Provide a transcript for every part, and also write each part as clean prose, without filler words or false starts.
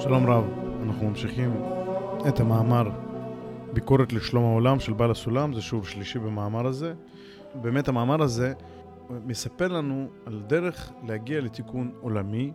שלום רב, אנחנו ממשיכים את המאמר ביקורת לשלום העולם של בעל הסולם, זה שיעור שלישי במאמר הזה. באמת המאמר הזה מספר לנו על דרך להגיע לתיקון עולמי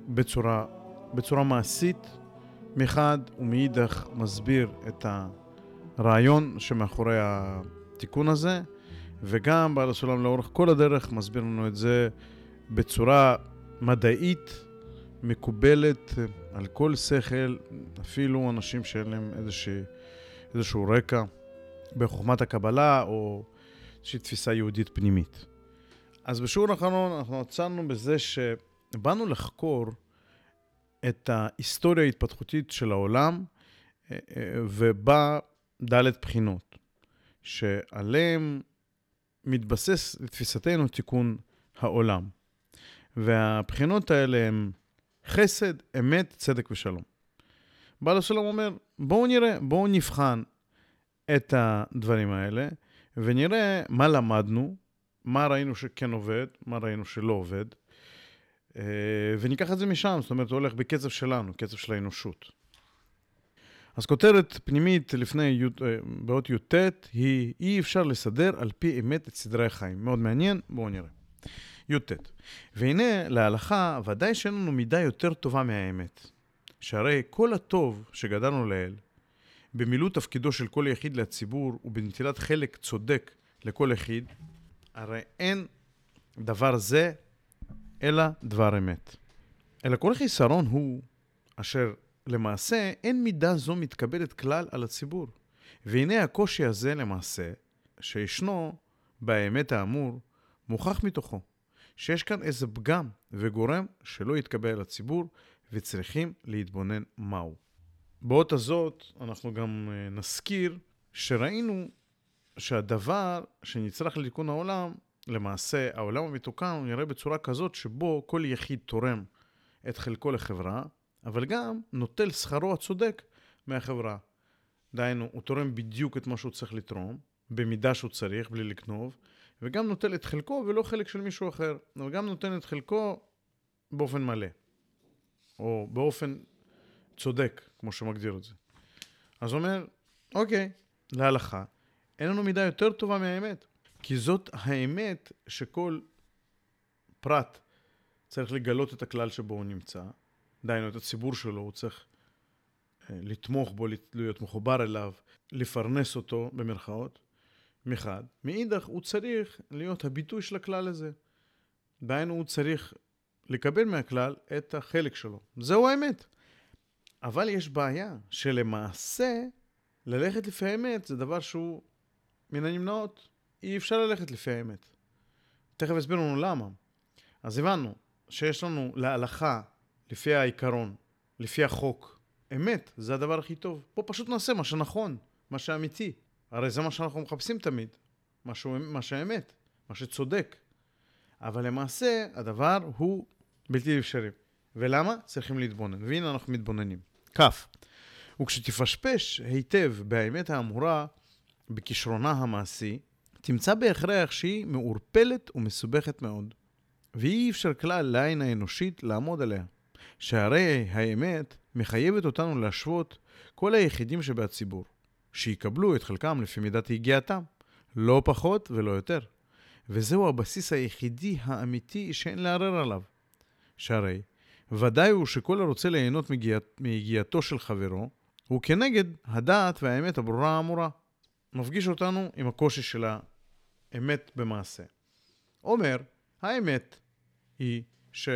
בצורה מעשית מחד, ומאידך מסביר את הרעיון שמאחורי התיקון הזה, וגם בעל הסולם לאורך כל הדרך מסביר לנו את זה בצורה מדעית, מקובלת על כל שכל, אפילו אנשים שאין להם איזשהו רקע בחוכמת הקבלה או איזושהי תפיסה יהודית פנימית. אז בשיעור האחרון אנחנו עצרנו בזה שבאנו לחקור את ההיסטוריה ההתפתחותית של העולם, ובה ד' בחינות, שעליהם מתבסס לתפיסתנו תיקון העולם. והבחינות האלה הן חסד, אמת, צדק ושלום. בעל הסולם אומר, בואו נראה, בואו נבחן את הדברים האלה, ונראה מה למדנו, מה ראינו שכן עובד, מה ראינו שלא עובד, וניקח את זה משם, זאת אומרת, הוא הולך בקצב שלנו, קצב של האנושות. אז כותרת פנימית לפני באות י"ט היא, אי אפשר לסדר על פי אמת את סדרי החיים. מאוד מעניין, בואו נראה. י"ט. והנה להלכה ודאי שאין לנו מידה יותר טובה מהאמת. שהרי כל הטוב שגדלנו לאל, במילוא תפקידו של כל יחיד לציבור ובנטילת חלק צודק לכל יחיד, הרי אין דבר זה אלא דבר אמת. אלא כל חיסרון הוא אשר למעשה אין מידה זו מתקבלת כלל על הציבור. והנה הקושי הזה למעשה שישנו באמת האמור מוכח מתוכו. שיש כאן איזה פגם וגורם שלא יתקבל על הציבור וצריכים להתבונן מהו. באות הזאת אנחנו גם נזכיר שראינו שהדבר שנצטרך לתיקון העולם, למעשה העולם המתוקן הוא נראה בצורה כזאת שבו כל יחיד תורם את חלקו לחברה, אבל גם נוטל שכרו הצודק מהחברה. דהיינו, הוא תורם בדיוק את מה שהוא צריך לתרום, במידה שהוא צריך, בלי לקנוב, וגם נוטל את חלקו ולא חלק של מישהו אחר, וגם נותן את חלקו באופן מלא, או באופן צודק, כמו שמגדיר את זה. אז הוא אומר, אוקיי, להלכה, אין לנו מידה יותר טובה מהאמת, כי זאת האמת שכל פרט צריך לגלות את הכלל שבו הוא נמצא, דהיינו את הציבור שלו, הוא צריך לתמוך בו, להיות מחובר אליו, לפרנס אותו במרכאות, מחד. מאידך הוא צריך להיות הביטוי של הכלל הזה. דהיינו הוא צריך לקבל מהכלל את החלק שלו. זהו האמת. אבל יש בעיה שלמעשה ללכת לפי האמת זה דבר שהוא מן הנמנעות. אי אפשר ללכת לפי האמת. תכף הסביר לנו למה. אז הבנו שיש לנו להלכה לפי העיקרון, לפי החוק. אמת, זה הדבר הכי טוב. פה פשוט נעשה מה שנכון, מה שאמיתי. הרי זה מה שאנחנו מחפשים תמיד. מה שהאמת, מה שצודק. אבל למעשה הדבר הוא בלתי אפשרי. ולמה? צריכים להתבונן. והנה אנחנו מתבוננים. כף. וכשתפשפש היטב באמת האמורה בכישרונה המעשי, תמצא בהכרח שהיא מעורפלת ומסובכת מאוד. ואי אפשר כלל לעין האנושית לעמוד עליה. שהרי האמת מחייבת אותנו להשוות כל היחידים שבהציבור, שיקבלו את חלקם לפי מידת הגיעתם, לא פחות ולא יותר. וזהו הבסיס היחידי האמיתי שאין לערער עליו. שהרי ודאי הוא שכל הרוצה ליהנות מהגיעתו של חברו, הוא כנגד הדעת והאמת הברורה האמורה. מפגיש אותנו עם הקושי של האמת במעשה. אומר, האמת היא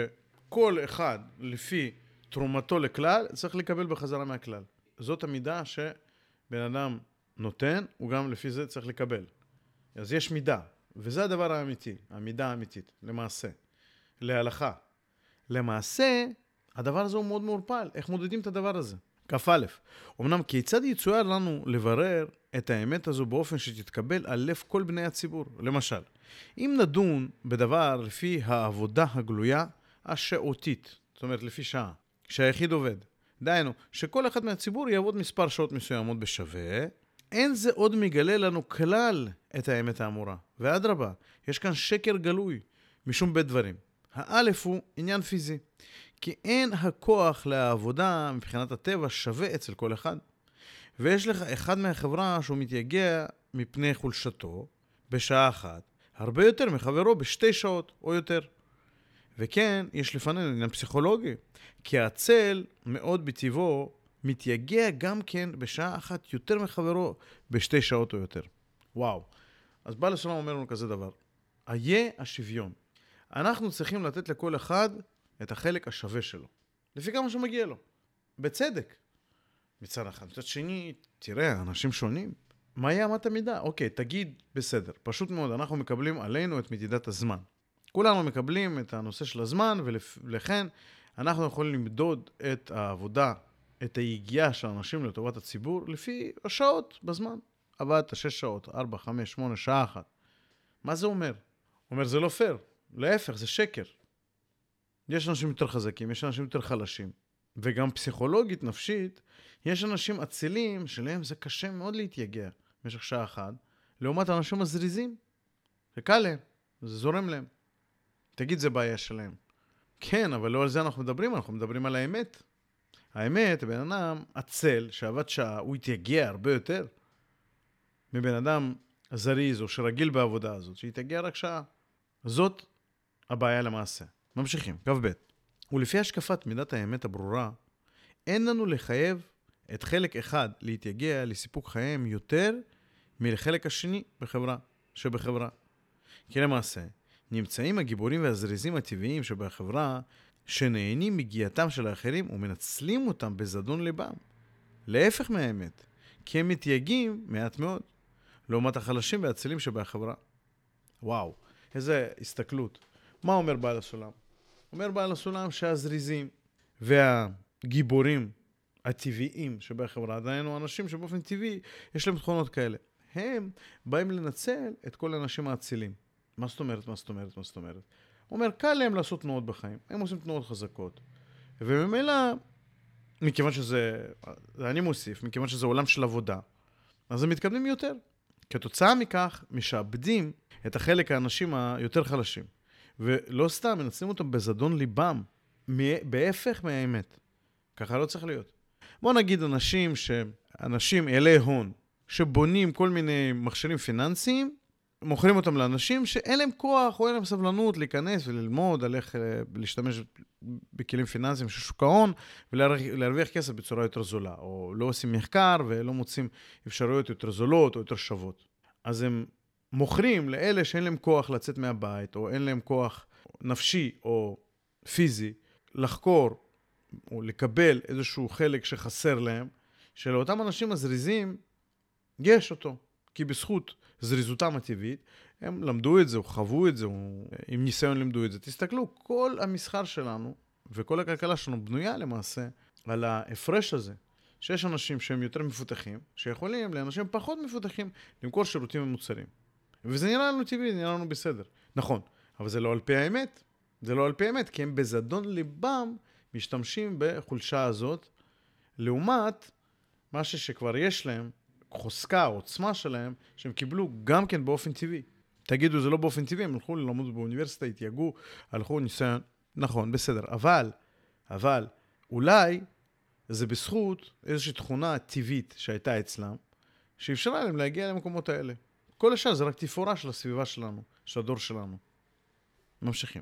שכל אחד לפי תרומתו לכלל צריך לקבל בחזרה מהכלל. זאת המידה שבן אדם נותן, הוא גם לפי זה צריך לקבל. אז יש מידה, וזה הדבר האמיתי, המידה האמיתית, למעשה, להלכה. למעשה, הדבר הזה הוא מאוד מעורפל. איך מודדים את הדבר הזה? כף א', אמנם כיצד יצויר לנו לברר את האמת הזו באופן שתתקבל על לב כל בני הציבור? למשל, אם נדון בדבר לפי העבודה הגלויה השעותית, זאת אומרת לפי שעה, שהיחיד עובד, דהיינו, שכל אחד מהציבור יעבוד מספר שעות מסוימות בשווה, אין זה עוד מגלה לנו כלל את האמת האמורה. ואדרבה, יש כאן שקר גלוי, משום בית דברים. האלף הוא עניין פיזי. כי אין הכוח לעבודה מבחינת הטבע שווה אצל כל אחד. ויש לך אחד מהחברה שהוא מתייגע מפני חולשתו בשעה אחת, הרבה יותר מחברו בשתי שעות או יותר. וכן, יש לפנינו עניין פסיכולוגי, כי הצל מאוד בטבעו מתייגע גם כן בשעה אחת יותר מחברו בשתי שעות או יותר. וואו. אז בעל הסולם אומר לנו כזה דבר. היה השוויון. אנחנו צריכים לתת לכל אחד את החלק השווה שלו. לפי כמה שמגיע לו. בצדק. מצד אחד. מצד שני, תראה, אנשים שונים. מה יהיה אמת המידה? אוקיי, תגיד בסדר. פשוט מאוד, אנחנו מקבלים עלינו את מדידת הזמן. כולנו מקבלים את הנושא של הזמן, ולכן אנחנו יכולים למדוד את העבודה, את היגיעה של אנשים לטובת הציבור, לפי השעות בזמן. עבדת 6 שעות, 4, 5, 8, שעה אחת. מה זה אומר? אומר, זה לא פייר. להפך, זה שקר. יש אנשים יותר חזקים, יש אנשים יותר חלשים. וגם פסיכולוגית, נפשית, יש אנשים אצילים שלהם זה קשה מאוד להתייגע במשך שעה אחת, לעומת אנשים מזריזים. זה קל להם, זה זורם להם. תגיד, זה בעיה שלהם. כן, אבל לא על זה אנחנו מדברים על האמת. האמת, בן אדם עצל שעבד שעה, הוא יתייגע הרבה יותר מבן אדם זריז או שרגיל בעבודה הזאת, שיתייגע רק שעה. זאת הבעיה למעשה. ממשיכים, קו ב'. ולפי השקפת מידת האמת הברורה, אין לנו לחייב את חלק אחד להתייגע לסיפוק חייהם יותר מלחלק השני שבחברה. כי למעשה, נמצאים הגיבורים והזריזים הטבעיים שבחברה שנהנים מגיעתם של האחרים ומנצלים אותם בזדון ליבם. להפך מהאמת, כי הם מתייגעים מעט מאוד, לעומת החלשים והאצילים שבחברה. וואו, איזה הסתכלות. מה אומר בעל הסולם? אומר בעל הסולם שהזריזים והגיבורים הטבעיים שבחברה, דיינו אנשים שבאופן טבעי יש להם תכונות כאלה. הם באים לנצל את כל האנשים האצילים. מה זאת אומרת? הוא אומר, קל להם לעשות תנועות בחיים. הם עושים תנועות חזקות. וממילא, מכיוון שזה, אני מוסיף, מכיוון שזה עולם של עבודה, אז הם מתקדמים יותר. כתוצאה מכך, משעבדים את החלק האנשים היותר חלשים. ולא סתם, מנצלים אותם בזדון ליבם, בהפך מהאמת. ככה לא צריך להיות. בוא נגיד אנשים אלי הון, שבונים כל מיני מכשירים פיננסיים, מוכרים אותם לאנשים שאין להם כוח או אין להם סבלנות להיכנס וללמוד על איך להשתמש בכלים פיננסיים של שוק ההון ולהרוויח כסף בצורה יותר זולה, או לא עושים מחקר ולא מוצאים אפשרויות יותר זולות או יותר שוות. אז הם מוכרים לאלה שאין להם כוח לצאת מהבית, או אין להם כוח נפשי או פיזי לחקור או לקבל איזשהו חלק שחסר להם, שלאותם אנשים הזריזים יש אותו. כי בזכות זריזותם הטבעית, הם למדו את זה, או חוו את זה, או עם ניסיון למדו את זה. תסתכלו, כל המסחר שלנו, וכל הכלכלה שלנו בנויה למעשה, על ההפרש הזה, שיש אנשים שהם יותר מפותחים, שיכולים לאנשים פחות מפותחים, למכור שירותים ומוצרים. וזה נראה לנו טבעי, זה נראה לנו בסדר. נכון, אבל זה לא על פי האמת. זה לא על פי האמת, כי הם בזדון ליבם משתמשים בחולשה הזאת, לעומת משהו שכבר יש להם, חוסקה או עוצמה שלהם, שהם קיבלו גם כן באופן טבעי. תגידו, זה לא באופן טבעי, הם הלכו ללמוד באוניברסיטה, התייגעו, הלכו ניסיון, נכון, בסדר. אבל, אולי זה בזכות איזושהי תכונה טבעית שהייתה אצלם, שאפשרה להם להגיע למקומות האלה. כל השאר זה רק תפאורה של הסביבה שלנו, של הדור שלנו. ממשיכים.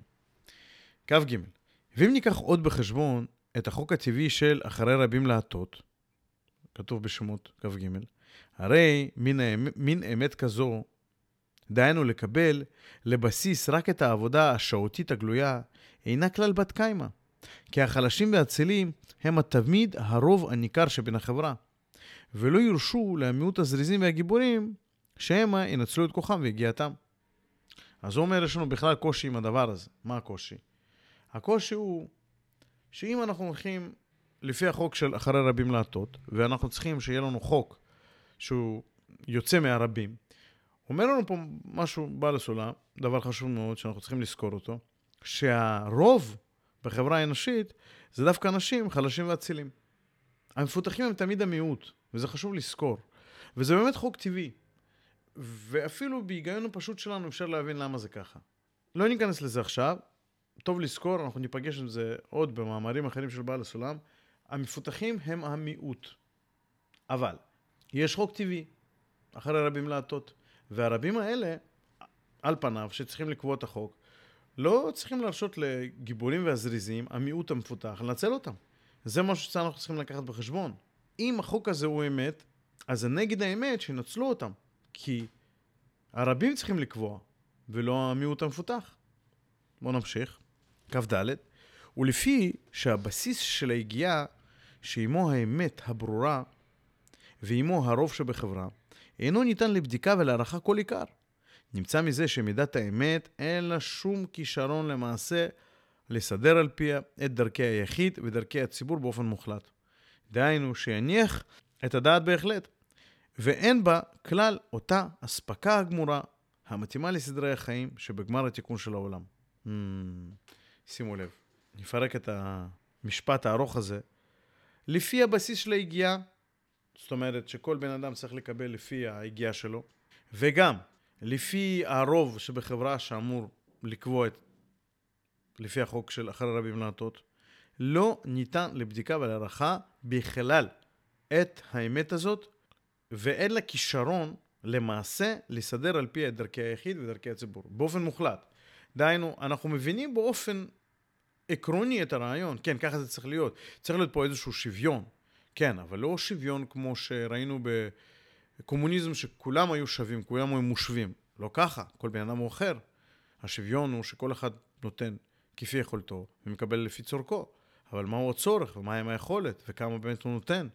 קו ג'. ואם ניקח עוד בחשבון את החוק הטבעי של אחרי רבים להטות, כתוב בשמות קו ג', הרי מין אמת כזו, דהיינו לקבל לבסיס רק את העבודה השעותית הגלויה, אינה כלל בת קיימה. כי החלשים והאצילים הם התמיד הרוב הניכר שבין החברה, ולא ירשו למיעוט הזריזים והגיבורים שהם ינצלו את כוחם והגיעתם. אז הוא אומר, יש לנו בכלל קושי עם הדבר הזה. מה הקושי? הקושי הוא שאם אנחנו הולכים לפי החוק של אחרי רבים להטות, ואנחנו צריכים שיהיה לנו חוק שהוא יוצא מהרבים, אומר לנו פה משהו בעל הסולם, דבר חשוב מאוד שאנחנו צריכים לזכור אותו, שהרוב בחברה האנושית זה דווקא אנשים חלשים ואצילים. המפותחים הם תמיד המיעוט, וזה חשוב לזכור. וזה באמת חוק טבעי. ואפילו בהיגיון הפשוט שלנו אפשר להבין למה זה ככה. לא ניכנס לזה עכשיו, טוב לזכור, אנחנו ניפגש עם זה עוד במאמרים אחרים של בעל הסולם, המפותחים הם המיעוט. אבל יש חוק טבעי, אחרי רבים להטות, והרבים האלה, על פניו, שצריכים לקבוע את החוק, לא צריכים להרשות לגיבורים והזריזים, המיעוט המפותח, לנצל אותם. זה משהו שאנחנו צריכים לקחת בחשבון. אם החוק הזה הוא אמת, אז זה נגד האמת שינצלו אותם. כי הרבים צריכים לקבוע, ולא המיעוט המפותח. בואו נמשיך. כף ד' ולפי שהבסיס של היגיעה, שעימו האמת הברורה, ועימו הרוב שבחברה, אינו ניתן לבדיקה ולהערכה כל עיקר. נמצא מזה שמידת האמת אין לה שום כישרון למעשה לסדר על פיה את דרכי היחיד ודרכי הציבור באופן מוחלט. דהיינו שיניח את הדעת בהחלט, ואין בה כלל אותה הספקה הגמורה המתאימה לסדרי החיים שבגמר התיקון של העולם. שימו לב, נפרק את המשפט הארוך הזה. לפי הבסיס של היגיעה, זאת אומרת שכל בן אדם צריך לקבל לפי היגיעה שלו, וגם לפי הרוב שבחברה שאמור לקבוע לפי החוק של אחרי רבים להטות, לא ניתן לבדיקה ולהערכה בכלל את האמת הזאת, ואין לה כישרון למעשה לסדר על פי דרכי היחיד ודרכי הציבור, באופן מוחלט. דהיינו, אנחנו מבינים באופן עקרוני את הרעיון, כן, ככה זה צריך להיות. צריך להיות פה איזשהו שוויון, כן, אבל לא שוויון כמו שראינו בקומוניזם שכולם היו שווים, כולם היו מושווים. לא ככה, כל בן אדם הוא אחר. השוויון הוא שכל אחד נותן כפי יכולתו ומקבל לפי צורכו. אבל מהו הצורך ומה עם היכולת וכמה באמת הוא נותן.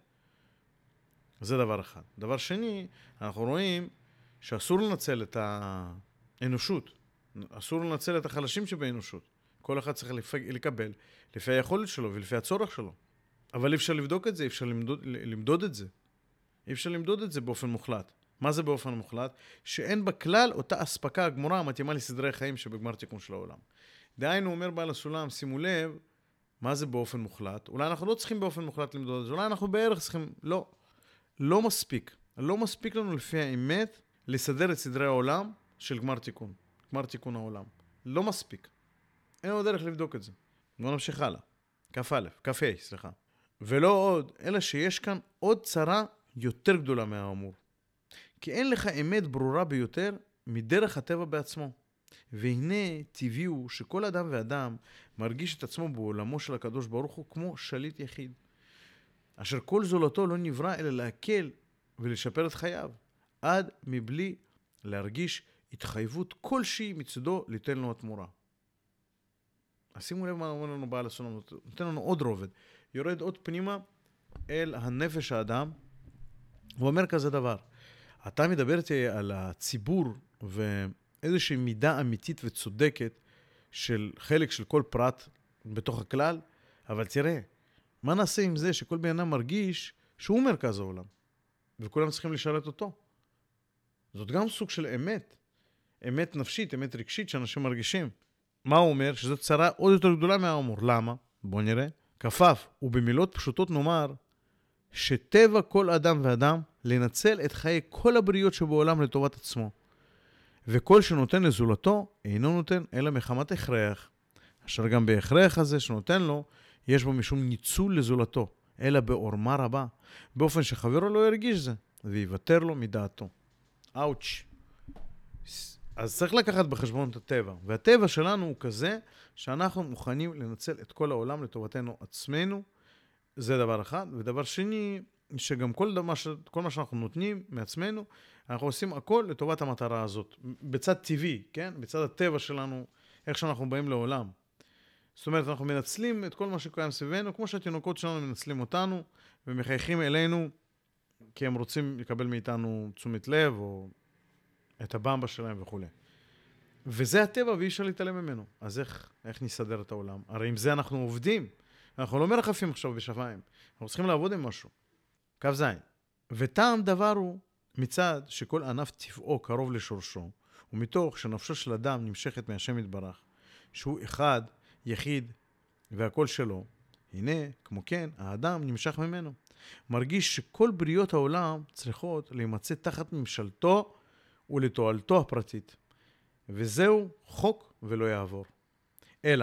זה דבר אחד. דבר שני, אנחנו רואים שאסור לנצל את האנושות. אסור לנצל את החלשים שבאנושות. כל אחד צריך לקבל לפי היכולת שלו ולפי הצורך שלו. אבל אי אפשר לבדוק את זה, אי אפשר למדוד את זה. אי אפשר למדוד את זה באופן מוחלט. מה זה באופן מוחלט? שאין בכלל אותה הספקה הגמורה המתאימה לסדרי חיים שבגמר תיקון של העולם. דהיינו, אומר בעל הסולם, שימו לב, מה זה באופן מוחלט? אולי אנחנו לא צריכים באופן מוחלט למדוד את זה, אולי אנחנו בערך צריכים, לא מספיק. לא מספיק לנו לפי האמת לסדר את סדרי העולם של גמר תיקון העולם. לא מספיק. אין עוד דרך לבדוק את זה. בוא נמשיך הלאה. כף A, סליחה. ולא עוד, אלא שיש כאן עוד צרה יותר גדולה מהאמור. כי אין לך אמת ברורה ביותר מדרך הטבע בעצמו. והנה טבעי הוא שכל אדם ואדם מרגיש את עצמו בעולמו של הקדוש ברוך הוא כמו שליט יחיד. אשר כל זולתו לא נברא אלא להקל ולשפר את חייו, עד מבלי להרגיש התחייבות כלשהי מצדו ליתן לו התמורה. אז שימו לב מה אומר לנו בעל הסולם, נותן לנו עוד רובד, יורד עוד פנימה אל הנפש האדם, הוא אומר כזה דבר, אתה מדבר איתי על הציבור ואיזושהי מידה אמיתית וצודקת של חלק של כל פרט בתוך הכלל, אבל תראה, מה נעשה עם זה שכל בן אדם מרגיש שהוא מרכז העולם, וכולם צריכים לשרת אותו? זאת גם סוג של אמת, אמת נפשית, אמת רגשית שאנשים מרגישים. מה הוא אומר? שזאת צרה עוד יותר גדולה מהאמור. למה? בוא נראה. כפף, ובמילות פשוטות נאמר, שטבע כל אדם ואדם לנצל את חיי כל הבריות שבעולם לטובת עצמו. וכל שנותן לזולתו אינו נותן אלא מחמת הכרח. אשר גם בהכרח הזה שנותן לו, יש בו משום ניצול לזולתו, אלא בעורמה רבה, באופן שחברו לא ירגיש זה, ויוותר לו מדעתו. אאוץ'. אז צריך לקחת בחשבון את הטבע, והטבע שלנו הוא כזה שאנחנו מוכנים לנצל את כל העולם לטובתנו עצמנו, זה דבר אחד. ודבר שני, שגם כל מה שאנחנו נותנים מעצמנו, אנחנו עושים הכל לטובת המטרה הזאת, בצד טבעי, כן? בצד הטבע שלנו, איך שאנחנו באים לעולם. זאת אומרת, אנחנו מנצלים את כל מה שקיים סביבנו, כמו שהתינוקות שלנו מנצלים אותנו, ומחייכים אלינו, כי הם רוצים לקבל מאיתנו תשומת לב, או את הבמבה שלהם וכו'. וזה הטבע, ואי אפשר להתעלם ממנו. אז איך נסדר את העולם? הרי עם זה אנחנו עובדים. אנחנו לא מרחפים עכשיו בשפיים. אנחנו צריכים לעבוד עם משהו. כף זין. וטעם דבר הוא, מצד שכל ענף טבעו קרוב לשורשו, ומתוך שנפשו של אדם נמשכת מהשם יתברך, שהוא אחד, יחיד, והכל שלו, הנה, כמו כן, האדם נמשך ממנו. מרגיש שכל בריות העולם צריכות להימצא תחת ממשלתו ולתועלתו הפרטית. וזהו חוק ולא יעבור. אלא,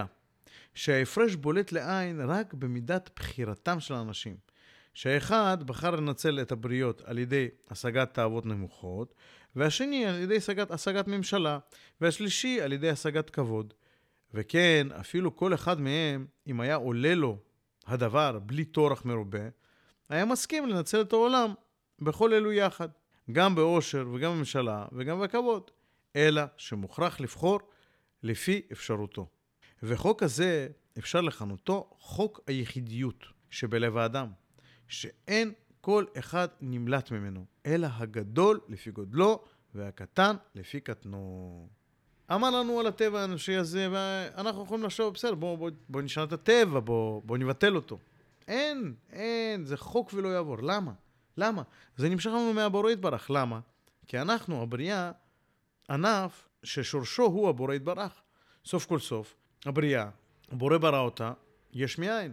שההפרש בולט לעין רק במידת בחירתם של האנשים. שהאחד בחר לנצל את הבריות על ידי השגת תאוות נמוכות, והשני על ידי השגת ממשלה, והשלישי על ידי השגת כבוד. וכן, אפילו כל אחד מהם, אם היה עולה לו הדבר בלי תורך מרובה, היה מסכים לנצל את העולם בכל אלו יחד, גם באושר וגם בממשלה וגם בכבוד, אלא שמוכרח לבחור לפי אפשרותו. וחוק הזה אפשר לכנותו חוק היחידיות שבלב האדם, שאין כל אחד נמלט ממנו, אלא הגדול לפי גודלו והקטן לפי קטנו. אמר לנו על הטבע האנושי הזה, ואנחנו יכולים לחשוב, בסדר, בוא נשנה את הטבע, בוא נבטל אותו. אין, זה חוק ולא יעבור. למה? זה נמשך לנו מהבורא יתברך. למה? כי אנחנו, הבריאה, ענף ששורשו הוא הבורא יתברך. סוף כל סוף, הבריאה, הבורא ברא אותה, יש מאין.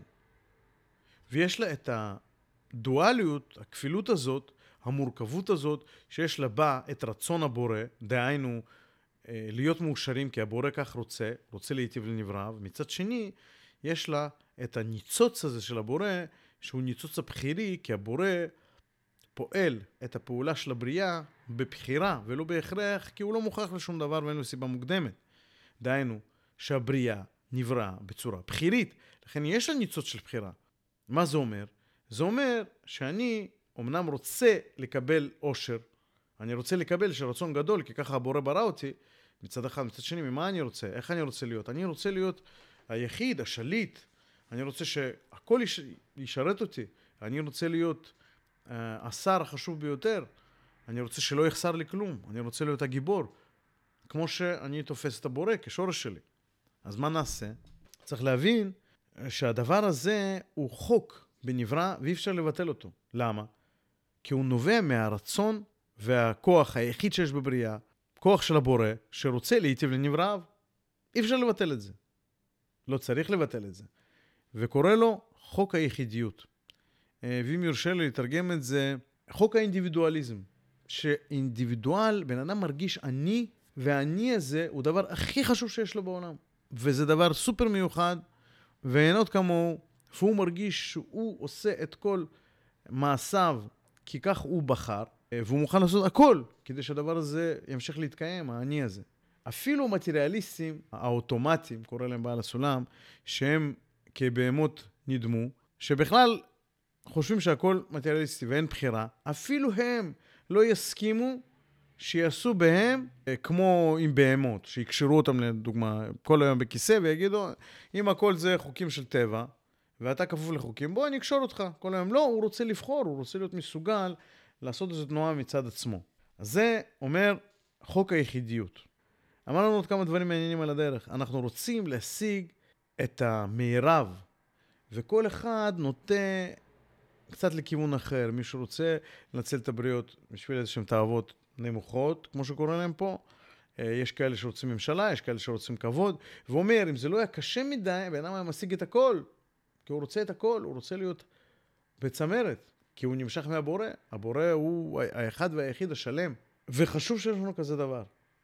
ויש לה את הדואליות, הכפילות הזאת, המורכבות הזאת, שיש לה בה את רצון הבורא, דהיינו, להיות מאושרים כי הבורא כך רוצה להיטיב לנבריו. מצד שני, יש לה את הניצוץ הזה של הבורא, שהוא ניצוץ הבחירי, כי הבורא פועל את הפעולה של הבריאה בבחירה ולא בהכרח, כי הוא לא מוכרח לשום דבר ואין לו סיבה מוקדמת. דהיינו, שהבריאה נברא בצורה בחירית, לכן יש לה ניצוץ של בחירה. מה זה אומר? זה אומר שאני אמנם רוצה לקבל אושר, אני רוצה לקבל שרצון גדול, כי ככה הבורא ברא אותי, מצד אחד, מצד שני, ממה אני רוצה? איך אני רוצה להיות? אני רוצה להיות היחיד, השליט. אני רוצה שהכל ישרת אותי. אני רוצה להיות השר החשוב ביותר. אני רוצה שלא יחסר לי כלום. אני רוצה להיות הגיבור. כמו שאני תופס את הבורא כשורש שלי. אז מה נעשה? צריך להבין שהדבר הזה הוא חוק בנברא ואי אפשר לבטל אותו. למה? כי הוא נובע מהרצון והכוח היחיד שיש בבריאה, כוח של הבורא שרוצה להיטיב לנבריו. אי אפשר לבטל את זה. לא צריך לבטל את זה. וקורא לו חוק היחידיות. ואם יורשה לי לתרגם את זה, חוק האינדיבידואליזם. שאינדיבידואל, בן אדם מרגיש אני, והאני הזה הוא דבר הכי חשוב שיש לו בעולם. וזה דבר סופר מיוחד, ואין עוד כמוהו, והוא מרגיש שהוא עושה את כל מעשיו, כי כך הוא בחר, והוא מוכן לעשות הכל, כדי שהדבר הזה ימשיך להתקיים, האני הזה. אפילו מטריאליסטים, האוטומטיים, קורא להם בעל הסולם, שהם כבהמות נדמו, שבכלל חושבים שהכל מטריאליסטי ואין בחירה, אפילו הם לא יסכימו שיעשו בהם כמו עם בהמות, שיקשרו אותם לדוגמה כל היום בכיסא ויגידו, אם הכל זה חוקים של טבע, ואתה כפוף לחוקים, בוא אני אקשור אותך כל היום. לא, הוא רוצה לבחור, הוא רוצה להיות מסוגל לעשות איזו תנועה מצד עצמו. אז זה אומר חוק היחידיות. אמרנו עוד כמה דברים מעניינים על הדרך. אנחנו רוצים להשיג את המערב, וכל אחד נוטה קצת לכיוון אחר. מישהו רוצה לנצל את הבריות בשביל איזשהם תאוות נמוכות, כמו שקורא להם פה. יש כאלה שרוצים ממשלה, יש כאלה שרוצים כבוד. ואומר, אם זה לא היה קשה מדי, בן אדם היה משיג את הכל. כי הוא רוצה את הכל, הוא רוצה להיות בצמרת. כי הוא נמשך מהבורא. הבורא הוא האחד והיחיד השלם. וחשוב שיש לנו כזה דבר.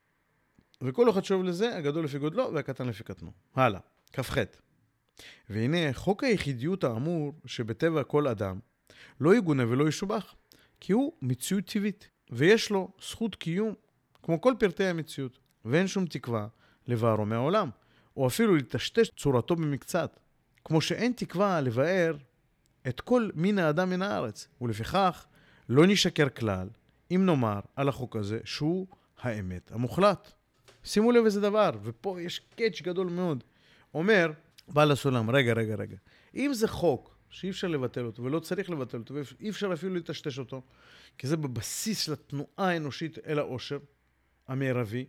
וכל אחד שואב לזה, הגדול לפי גודלו והקטן לפי קטנו. הלאה, כ"ח. והנה, חוק היחידיות האמור שבטבע כל אדם לא יגונה ולא ישובח, כי הוא מציאות טבעית, ויש לו זכות קיום כמו כל פרטי המציאות, ואין שום תקווה לבארו מהעולם, או אפילו לטשטש צורתו במקצת, כמו שאין תקווה לבאר את כל מין האדם מן הארץ, ולפיכך לא נשקר כלל, אם נאמר על החוק הזה שהוא האמת המוחלט. שימו לב איזה דבר, ופה יש קאץ' גדול מאוד. אומר בעל הסולם, רגע. אם זה חוק שאי אפשר לבטל אותו, ולא צריך לבטל אותו, ואי אפשר אפילו לטשטש אותו, כי זה בבסיס של התנועה האנושית אל האושר המערבי,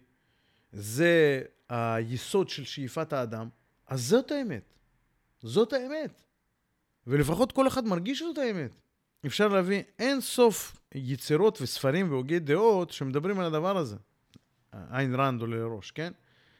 זה היסוד של שאיפת האדם, אז זאת האמת. זאת האמת. ולפחות כל אחד מרגיש שזאת האמת. אפשר להביא אין סוף יצירות וספרים והוגי דעות שמדברים על הדבר הזה. עין רנד עולה לראש, כן?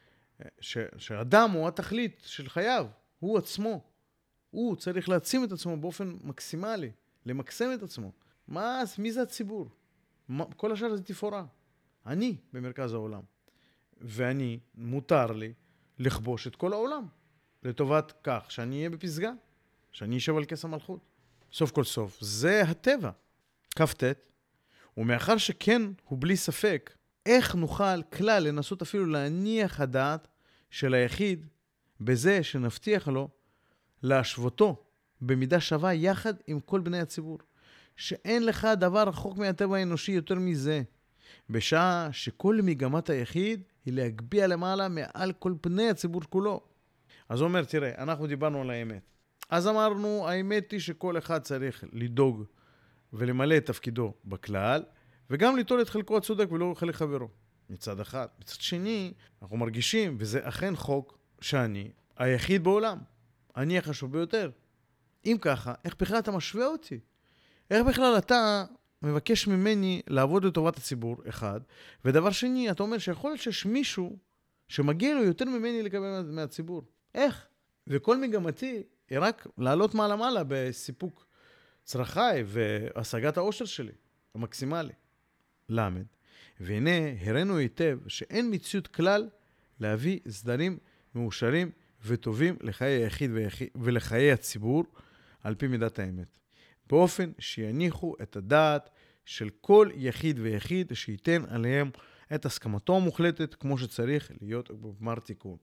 שאדם הוא התכלית של חייו, הוא עצמו. הוא צריך להעצים את עצמו באופן מקסימלי, למקסם את עצמו. מי זה הציבור? כל השאר זה תפאורה. אני במרכז העולם. ואני, מותר לי לכבוש את כל העולם. לטובת כך שאני אהיה בפסגה, שאני אשב על כס המלכות. סוף כל סוף, זה הטבע. כ"ט, ומאחר שכן הוא בלי ספק, איך נוכל כלל לנסות אפילו להניח הדעת של היחיד בזה שנבטיח לו להשוותו במידה שווה יחד עם כל בני הציבור. שאין לך דבר רחוק מהטבע האנושי יותר מזה. בשעה שכל מגמת היחיד היא להגביע למעלה מעל כל בני הציבור כולו. אז הוא אומר, תראה, אנחנו דיברנו על האמת. אז אמרנו, האמת היא שכל אחד צריך לדאוג ולמלא את תפקידו בכלל, וגם ליטול את חלקו הצודק ולא חלק חברו. מצד אחד. מצד שני, אנחנו מרגישים, וזה אכן חוק שאני היחיד בעולם. אני החשוב ביותר. אם ככה, איך בכלל אתה משווה אותי? איך בכלל אתה מבקש ממני לעבוד לטובת הציבור, אחד, ודבר שני, אתה אומר שיכול להיות שיש מישהו שמגיע לו יותר ממני לקבל מהציבור. איך? וכל מגמתי היא רק לעלות מעלה בסיפוק צרכיי והשגת האושר שלי, המקסימלי. למד. והנה, הראינו היטב שאין מציאות כלל להביא סדרים מאושרים וטובים לחיי היחיד ולחיי הציבור על פי מידת האמת. באופן שיניחו את הדעת של כל יחיד ויחיד שייתן עליהם את הסכמתו המוחלטת כמו שצריך להיות בגמר תיקון.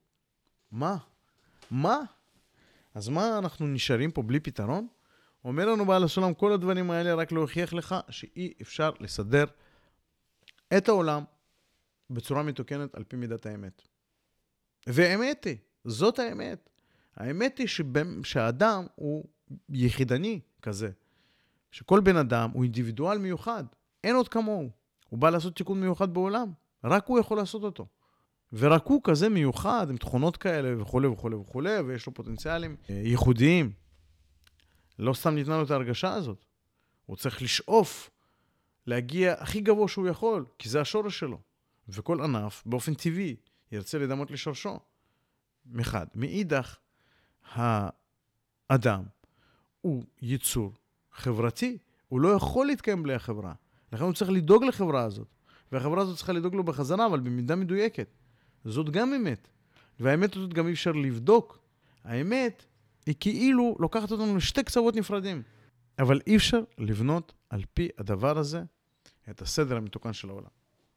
מה? אז מה אנחנו נשארים פה בלי פתרון? אומר לנו בעל הסולם, כל הדברים האלה רק להוכיח לך שאי אפשר לסדר את העולם בצורה מתוקנת על פי מידת האמת. והאמת היא, זאת האמת. האמת היא שהאדם הוא יחידני כזה. שכל בן אדם הוא אינדיבידואל מיוחד. אין עוד כמוהו. הוא בא לעשות תיקון מיוחד בעולם. רק הוא יכול לעשות אותו. ורק הוא כזה מיוחד, עם תכונות כאלה וכו', ויש לו פוטנציאלים ייחודיים. לא סתם ניתנה לו את ההרגשה הזאת. הוא צריך לשאוף, להגיע הכי גבוה שהוא יכול, כי זה השורש שלו. וכל ענף, באופן טבעי, ירצה לדמות לשורשו. מחד. מאידך, האדם הוא יצור חברתי. הוא לא יכול להתקיים בלי החברה. לכן הוא צריך לדאוג לחברה הזאת. והחברה הזאת צריכה לדאוג לו בחזרה, אבל במידה מדויקת. זאת גם אמת. והאמת הזאת גם אי אפשר לבדוק. האמת היא כאילו לוקחת אותנו לשתי קצוות נפרדים. אבל אי אפשר לבנות על פי הדבר הזה את הסדר המתוקן של העולם.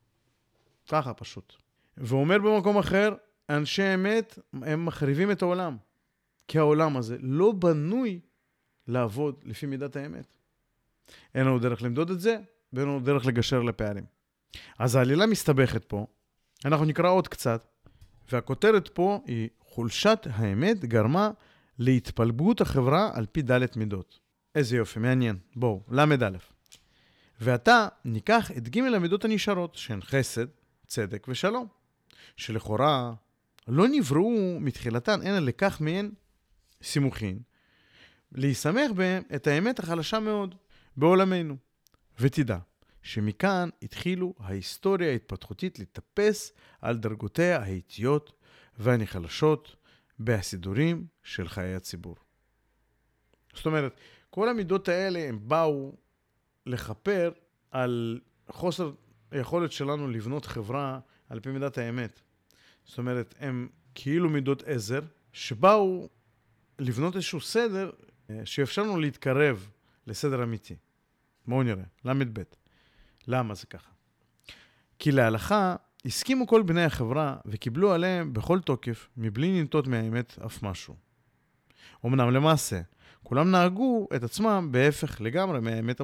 ככה פשוט. ואומר במקום אחר, אנשי אמת הם מחריבים את העולם. כי העולם הזה לא בנוי לעבוד לפי מידת האמת. אין לנו דרך למדוד את זה, ואין לנו דרך לגשר לפערים. אז העלילה מסתבכת פה, אנחנו נקרא עוד קצת, והכותרת פה היא חולשת האמת גרמה להתפלגות החברה על פי ד' מידות. איזה יופי, מעניין. בואו, למד א'. ועתה ניקח את ג' המידות הנשארות, שהן חסד, צדק ושלום, שלכאורה לא נבראו מתחילתן, אלא לקח מהן סימוכין, להיסמך בהם את האמת החלשה מאוד בעולמנו. ותדע שמכאן התחילו ההיסטוריה ההתפתחותית לטפס על דרגותיה האיטיות והנחלשות בהסידורים של חיי הציבור. זאת אומרת, כל המידות האלה הם באו לחפר על חוסר היכולת שלנו לבנות חברה על פי מידת האמת. זאת אומרת, הם כאילו מידות עזר שבאו לבנות איזשהו סדר שאפשר לנו להתקרב לסדר אמיתי. בואו נראה, למד ב'. למה זה ככה? כי להלכה הסכימו כל בני החברה וקיבלו עליהם בכל תוקף מבלי לנטות מהאמת אף משהו. אמנם למעשה, כולם נהגו את עצמם בהפך לגמרי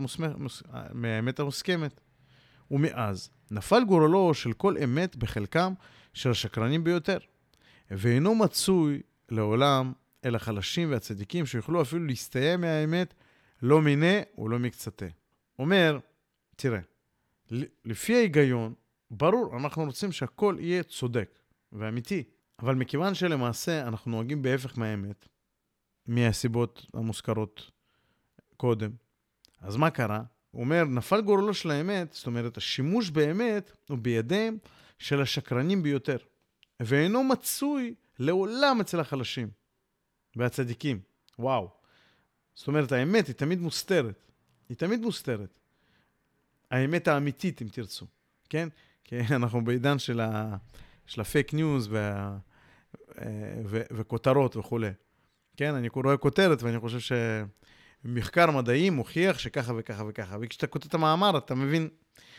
מהאמת המוסכמת. ומאז נפל גורלו של כל אמת בחלקם של השקרנים ביותר, ואינו מצוי לעולם אל החלשים והצדיקים שיוכלו אפילו להסתיים מהאמת לא מיני ולא מקצתה. אומר, תראה, לפי ההיגיון, ברור, אנחנו רוצים שהכל יהיה צודק ואמיתי, אבל מכיוון שלמעשה אנחנו נוהגים בהפך מהאמת, מהסיבות המוזכרות קודם, אז מה קרה? הוא אומר, נפל גורלו של האמת, זאת אומרת, השימוש באמת הוא בידיהם של השקרנים ביותר, ואינו מצוי לעולם אצל החלשים והצדיקים. וואו. זאת אומרת, האמת היא תמיד מוסתרת. היא תמיד מוסתרת. האמת האמיתית, אם תרצו. כן? כי אנחנו בעידן של הפייק ניוז וכותרות וכו'. כן, אני רואה כותרת ואני חושב שמחקר מדעי מוכיח שככה וככה וככה. וכשאתה כותב את המאמר, אתה מבין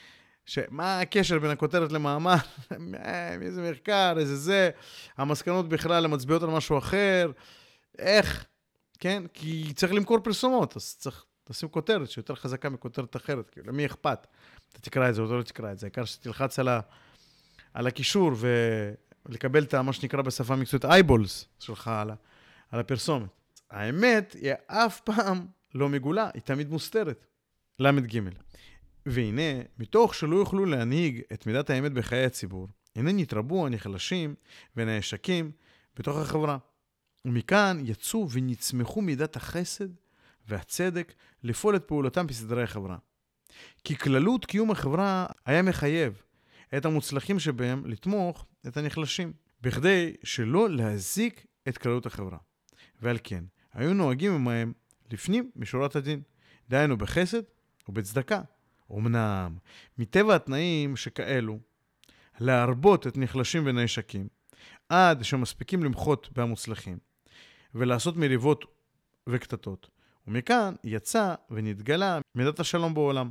מה הקשר בין הכותרת למאמר, איזה מחקר, איזה זה, המסקנות בכלל המצביעות על משהו אחר, איך, כן? כי צריך למכור פרסומות, אז צריך לשים כותרת שיותר חזקה מכותרת אחרת, כאילו, למי אכפת? אתה תקרא את זה או לא תקרא את זה, העיקר שתלחץ על הקישור ולקבל את מה שנקרא בשפה המקצועית eyeballs שלך על הפרסומת. האמת היא אף פעם לא מגולה, היא תמיד מוסתרת. למד ג' והנה, מתוך שלא יוכלו להנהיג את מידת האמת בחיי הציבור, הנה נתרבו הנחלשים והנעשקים בתוך החברה. ומכאן יצאו ונצמחו מידת החסד והצדק לפעול את פעולתם בסדרי החברה. כי כללות קיום החברה היה מחייב את המוצלחים שבהם לתמוך את הנחלשים, בכדי שלא להזיק את כללות החברה. ועל כן, היו נוהגים עמהם לפנים משורת הדין, דהיינו בחסד ובצדקה. אמנם, מטבע התנאים שכאלו, להרבות את נחלשים ונעשקים, עד שמספיקים למחות בהמוצלחים, ולעשות מריבות וקטטות. ומכאן יצא ונתגלה מידת השלום בעולם.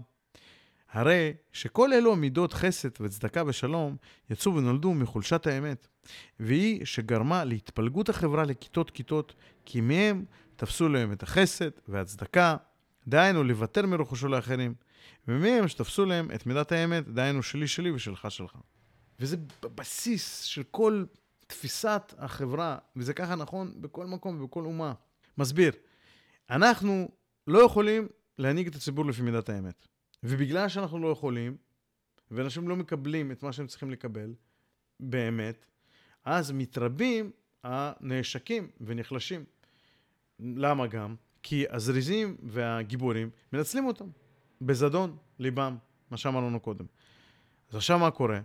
הרי שכל אלו מידות חסד וצדקה ושלום יצאו ונולדו מחולשת האמת, והיא שגרמה להתפלגות החברה לכיתות, כי מהם תפסו להם את החסד והצדקה, דהיינו לוותר מרכושו לאחרים, ומהם שתפסו להם את מידת האמת, דהיינו שלי ושלך. וזה בסיס של כל תפיסת החברה, וזה ככה נכון בכל מקום ובכל אומה. מסביר, אנחנו לא יכולים להנהיג את הציבור לפי מידת האמת. ובגלל שאנחנו לא יכולים, ואנשים לא מקבלים את מה שהם צריכים לקבל, באמת, אז מתרבים הנעשקים ונחלשים. למה גם? כי הזריזים והגיבורים מנצלים אותם. בזדון, ליבם, מה שאמרנו קודם. אז עכשיו מה קורה?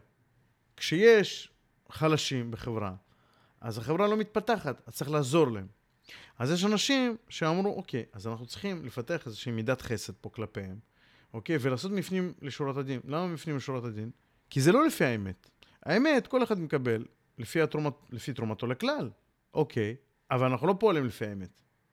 כשיש חלשים בחברה, אז החברה לא מתפתחת, אז צריך לעזור להם. אז יש אנשים שאמרו, אוקיי, אז אנחנו צריכים לפתח איזושהי מידת חסד פה כלפיהם, אוקיי, ולעשות מפנים לשורת הדין. למה מפנים לשורת הדין? כי זה לא לפי האמת. האמת, כל אחד מקבל לפי תרומתו לכלל. אוקיי, אבל אנחנו לא פועלים לפי האמת.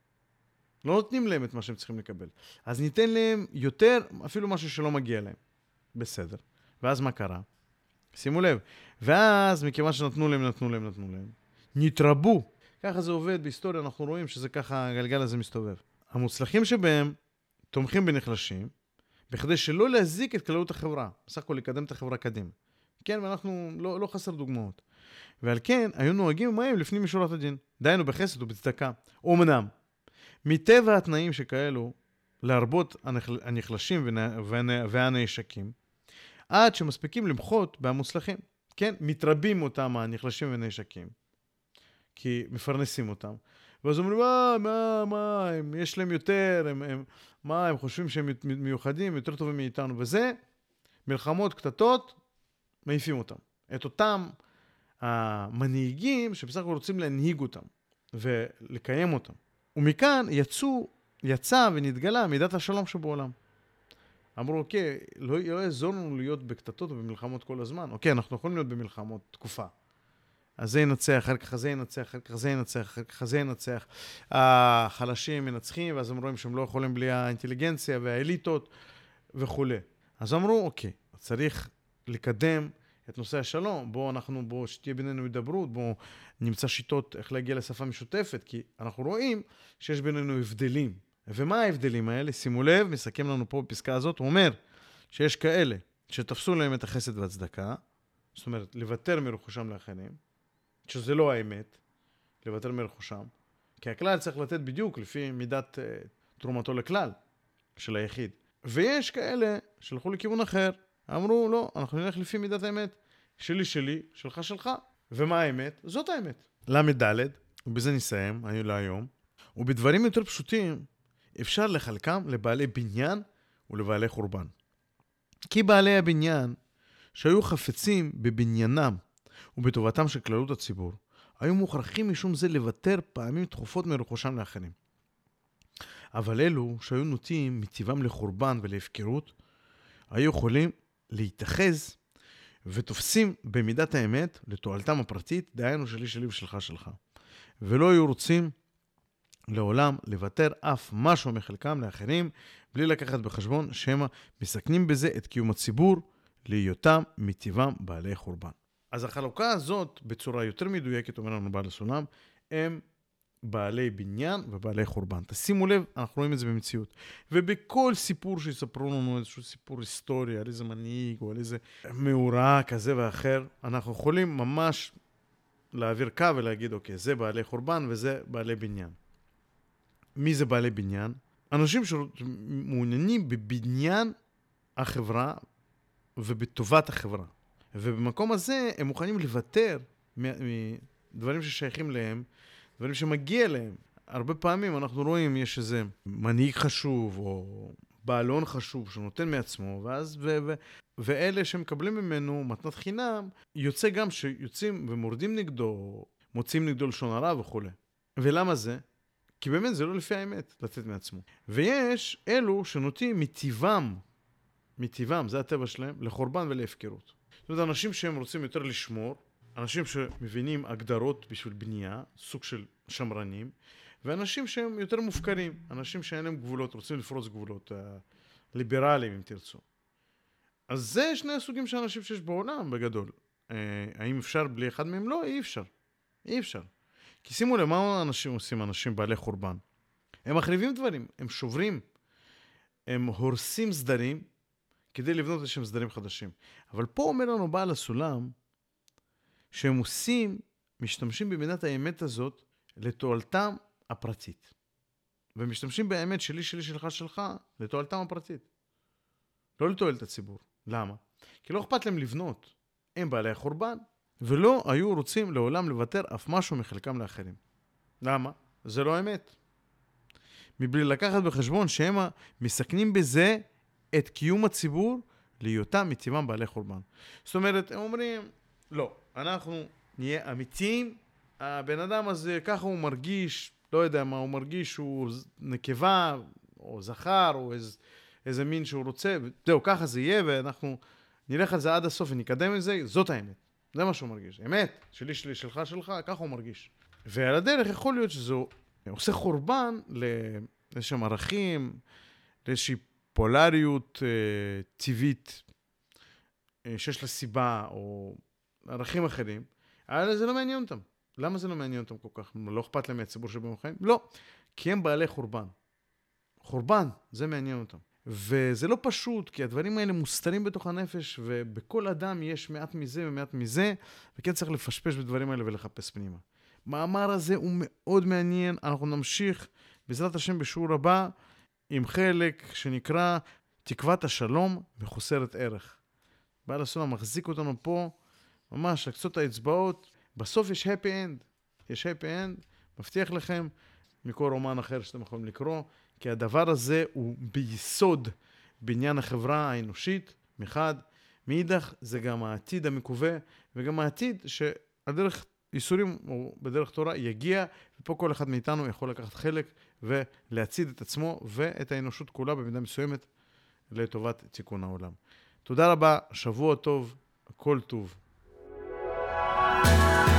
לא נותנים להם את מה שהם צריכים לקבל. אז ניתן להם יותר, אפילו משהו שלא מגיע להם. בסדר. ואז מה קרה? שימו לב. ואז, מכיוון שנתנו להם, נתרבו. ככה זה עובד בהיסטוריה, אנחנו רואים שזה ככה, הגלגל הזה מסתובב. המוצלחים שבהם תומכים בנחלשים, בכדי שלא להזיק את כללות החברה. בסך הכל לקדם את החברה קדימה. כן, ואנחנו לא חסר דוגמאות. ועל כן, היו נוהגים מהם לפנים משורת הדין. דהיינו בחסד ובצדקה. אומנם, מטבע התנאים שכאלו, להרבות הנחלשים והנעשקים, עד שמספיקים למחות בהמוצלחים. כן, מתרבים אותם הנחלשים ונעשקים, כי מפרנסים אותם. ואז אומרים, מה, יש להם יותר, הם חושבים שהם מיוחדים, יותר טובים מאיתנו, וזה, מלחמות, קטטות, מעיפים אותם. את אותם המנהיגים שבסך הכל רוצים להנהיג אותם, ולקיים אותם. ומכאן יצא ונתגלה מידת השלום שבעולם. אמרו, אוקיי, לא יעזור לנו להיות בקטטות ובמלחמות כל הזמן. אוקיי, אנחנו יכולים להיות במלחמות תקופה. אז זה ינצח, אחר כך זה ינצח, אחר כך זה ינצח, אחר כך זה ינצח. החלשים מנצחים, ואז הם רואים שהם לא יכולים בלי האינטליגנציה והאליטות וכו'. אז אמרו, אוקיי, צריך לקדם את נושא השלום. בואו שתהיה בינינו הידברות, בואו נמצא שיטות איך להגיע לשפה משותפת, כי אנחנו רואים שיש בינינו הבדלים. ומה ההבדלים האלה? שימו לב, מסכם לנו פה בפסקה הזאת, הוא אומר שיש כאלה שתפסו להם את החסד והצדקה, זאת אומרת, לוותר מרכושם לאחרים, שזה לא האמת, לוותר מרכושם, כי הכלל צריך לתת בדיוק לפי מידת תרומתו לכלל של היחיד. ויש כאלה שלחו לכיוון אחר, אמרו, לא, אנחנו נלך לפי מידת האמת, שלי, שלך. ומה האמת? זאת האמת. למד, ובזה נסיים, להיום, ובדברים יותר פשוטים, אפשר לחלקם לבעלי בניין ולבעלי חורבן. כי בעלי הבניין, שהיו חפצים בבניינם ובטובתם של כללות הציבור, היו מוכרחים משום זה לוותר פעמים תכופות מרכושם לאחרים. אבל אלו שהיו נוטים מטבעם לחורבן ולהפקרות, היו יכולים להתאחז ותופסים במידת האמת לתועלתם הפרטית, דהיינו שלי ושלך. ולא היו רוצים לעולם לוותר אף משהו מחלקם לאחרים, בלי לקחת בחשבון שהם מסכנים בזה את קיום הציבור, להיותם מטבעם בעלי חורבן. אז החלוקה הזאת, בצורה יותר מדויקת, אומר לנו בעל הסולם, הם בעלי בניין ובעלי חורבן. תשימו לב, אנחנו רואים את זה במציאות. ובכל סיפור שיספרו לנו איזשהו סיפור היסטורי, על איזה מנהיג או על איזה מאורע כזה ואחר, אנחנו יכולים ממש להעביר קו ולהגיד, אוקיי, זה בעלי חורבן וזה בעלי בניין. מי זה בעלי בניין? אנשים שמעוניינים בבניין החברה ובטובת החברה. ובמקום הזה הם מוכנים לוותר מדברים ששייכים להם, דברים שמגיע להם. הרבה פעמים אנחנו רואים, יש איזה מנהיג חשוב או בעלון חשוב שנותן מעצמו, ואז ואלה שמקבלים ממנו מתנת חינם, יוצא גם שיוצאים ומורדים נגדו, מוצאים נגדו לשון הרע וכו'. ולמה זה? כי באמת זה לא לפי האמת לתת מעצמו. ויש אלו שנוטים מטבעם, זה הטבע שלהם, לחורבן ולהפקרות. זאת אומרת, אנשים שהם רוצים יותר לשמור, אנשים שמבינים הגדרות בשביל בנייה, סוג של שמרנים, ואנשים שהם יותר מופקרים, אנשים שאין להם גבולות, רוצים לפרוץ גבולות, ליברליים אם תרצו. אז זה שני הסוגים של אנשים שיש בעולם בגדול. האם אפשר בלי אחד מהם? לא, אי אפשר. כי שימו לב, מה אנשים עושים, אנשים בעלי חורבן? הם מחריבים דברים, הם שוברים, הם הורסים סדרים, כדי לבנות איזשהם סדרים חדשים. אבל פה אומר לנו בעל הסולם, שהם משתמשים במידת האמת הזאת, לתועלתם הפרטית. ומשתמשים באמת שלי, שלך, לתועלתם הפרטית. לא לתועלת הציבור. למה? כי לא אכפת להם לבנות. הם בעלי החורבן, ולא היו רוצים לעולם לוותר אף משהו מחלקם לאחרים. למה? זה לא האמת. מבלי לקחת בחשבון שהם מסכנים בזה את קיום הציבור, להיותם מטבעם בעלי חורבן. זאת אומרת, הם אומרים, לא, אנחנו נהיה אמיתיים, הבן אדם הזה ככה הוא מרגיש, לא יודע מה הוא מרגיש, הוא נקבה או זכר או איזה מין שהוא רוצה, זהו, ככה זה יהיה ואנחנו נלך על זה עד הסוף ונקדם את זה, זאת האמת. זה מה שהוא מרגיש. אמת, שלי, שלך, ככה הוא מרגיש. ועל הדרך יכול להיות שזה עושה חורבן לאיזשהם ערכים, לאיזושהי פולריות טבעית שיש לה סיבה או ערכים אחרים, אבל זה לא מעניין אותם. למה זה לא מעניין אותם כל כך? לא אכפת להם מהציבור שבהם חיים? לא, כי הם בעלי חורבן. חורבן, זה מעניין אותם. וזה לא פשוט, כי הדברים האלה מוסתרים בתוך הנפש, ובכל אדם יש מעט מזה ומעט מזה, וכן צריך לפשפש בדברים האלה ולחפש פנימה. המאמר הזה הוא מאוד מעניין, אנחנו נמשיך בעזרת השם בשיעור הבא, עם חלק שנקרא תקוות השלום מחוסרת ערך. בעל הסולם מחזיק אותנו פה, ממש, לקצות האצבעות, בסוף יש happy end. יש happy end, מבטיח לכם, מכל רומן אחר שאתם יכולים לקרוא, כי הדבר הזה הוא ביסוד בניין החברה האנושית, מחד, מאידך זה גם העתיד המקווה, וגם העתיד שהדרך איסורים או בדרך תורה יגיע, ופה כל אחד מאיתנו יכול לקחת חלק ולהציד את עצמו ואת האנושות כולה במידה מסוימת לטובת תיקון העולם. תודה רבה, שבוע טוב, כל טוב.